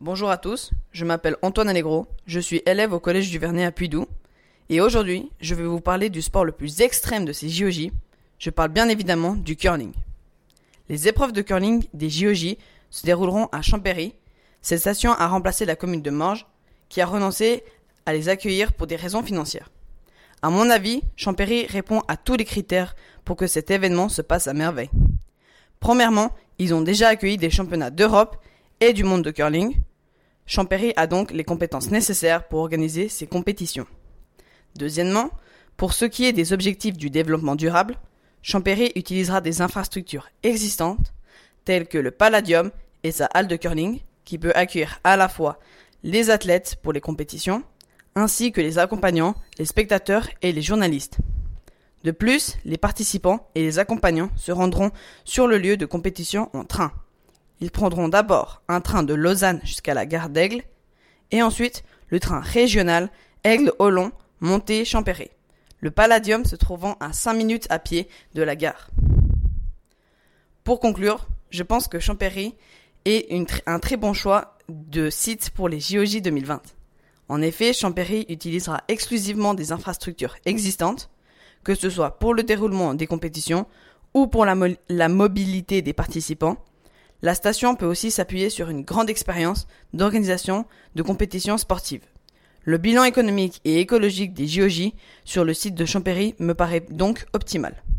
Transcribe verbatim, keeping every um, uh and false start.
Bonjour à tous, je m'appelle Antoine Allegro, je suis élève au collège du Vernet à Puydou, et aujourd'hui, je vais vous parler du sport le plus extrême de ces J O J. Je parle bien évidemment du curling. Les épreuves de curling des J O J se dérouleront à Champéry. Cette station a remplacé la commune de Morges, qui a renoncé à les accueillir pour des raisons financières. À mon avis, Champéry répond à tous les critères pour que cet événement se passe à merveille. Premièrement, ils ont déjà accueilli des championnats d'Europe et du monde de curling. Champéry a donc les compétences nécessaires pour organiser ces compétitions. Deuxièmement, pour ce qui est des objectifs du développement durable, Champéry utilisera des infrastructures existantes telles que le Palladium et sa halle de curling qui peut accueillir à la fois les athlètes pour les compétitions ainsi que les accompagnants, les spectateurs et les journalistes. De plus, les participants et les accompagnants se rendront sur le lieu de compétition en train. Ils prendront d'abord un train de Lausanne jusqu'à la gare d'Aigle et ensuite le train régional Aigle-Olon monté Champéry, le Palladium se trouvant à cinq minutes à pied de la gare. Pour conclure, je pense que Champéry est une tr- un très bon choix de site pour les J O J deux mille vingt. En effet, Champéry utilisera exclusivement des infrastructures existantes, que ce soit pour le déroulement des compétitions ou pour la, mo- la mobilité des participants. La station peut aussi s'appuyer sur une grande expérience d'organisation de compétitions sportives. Le bilan économique et écologique des J O J sur le site de Champéry me paraît donc optimal.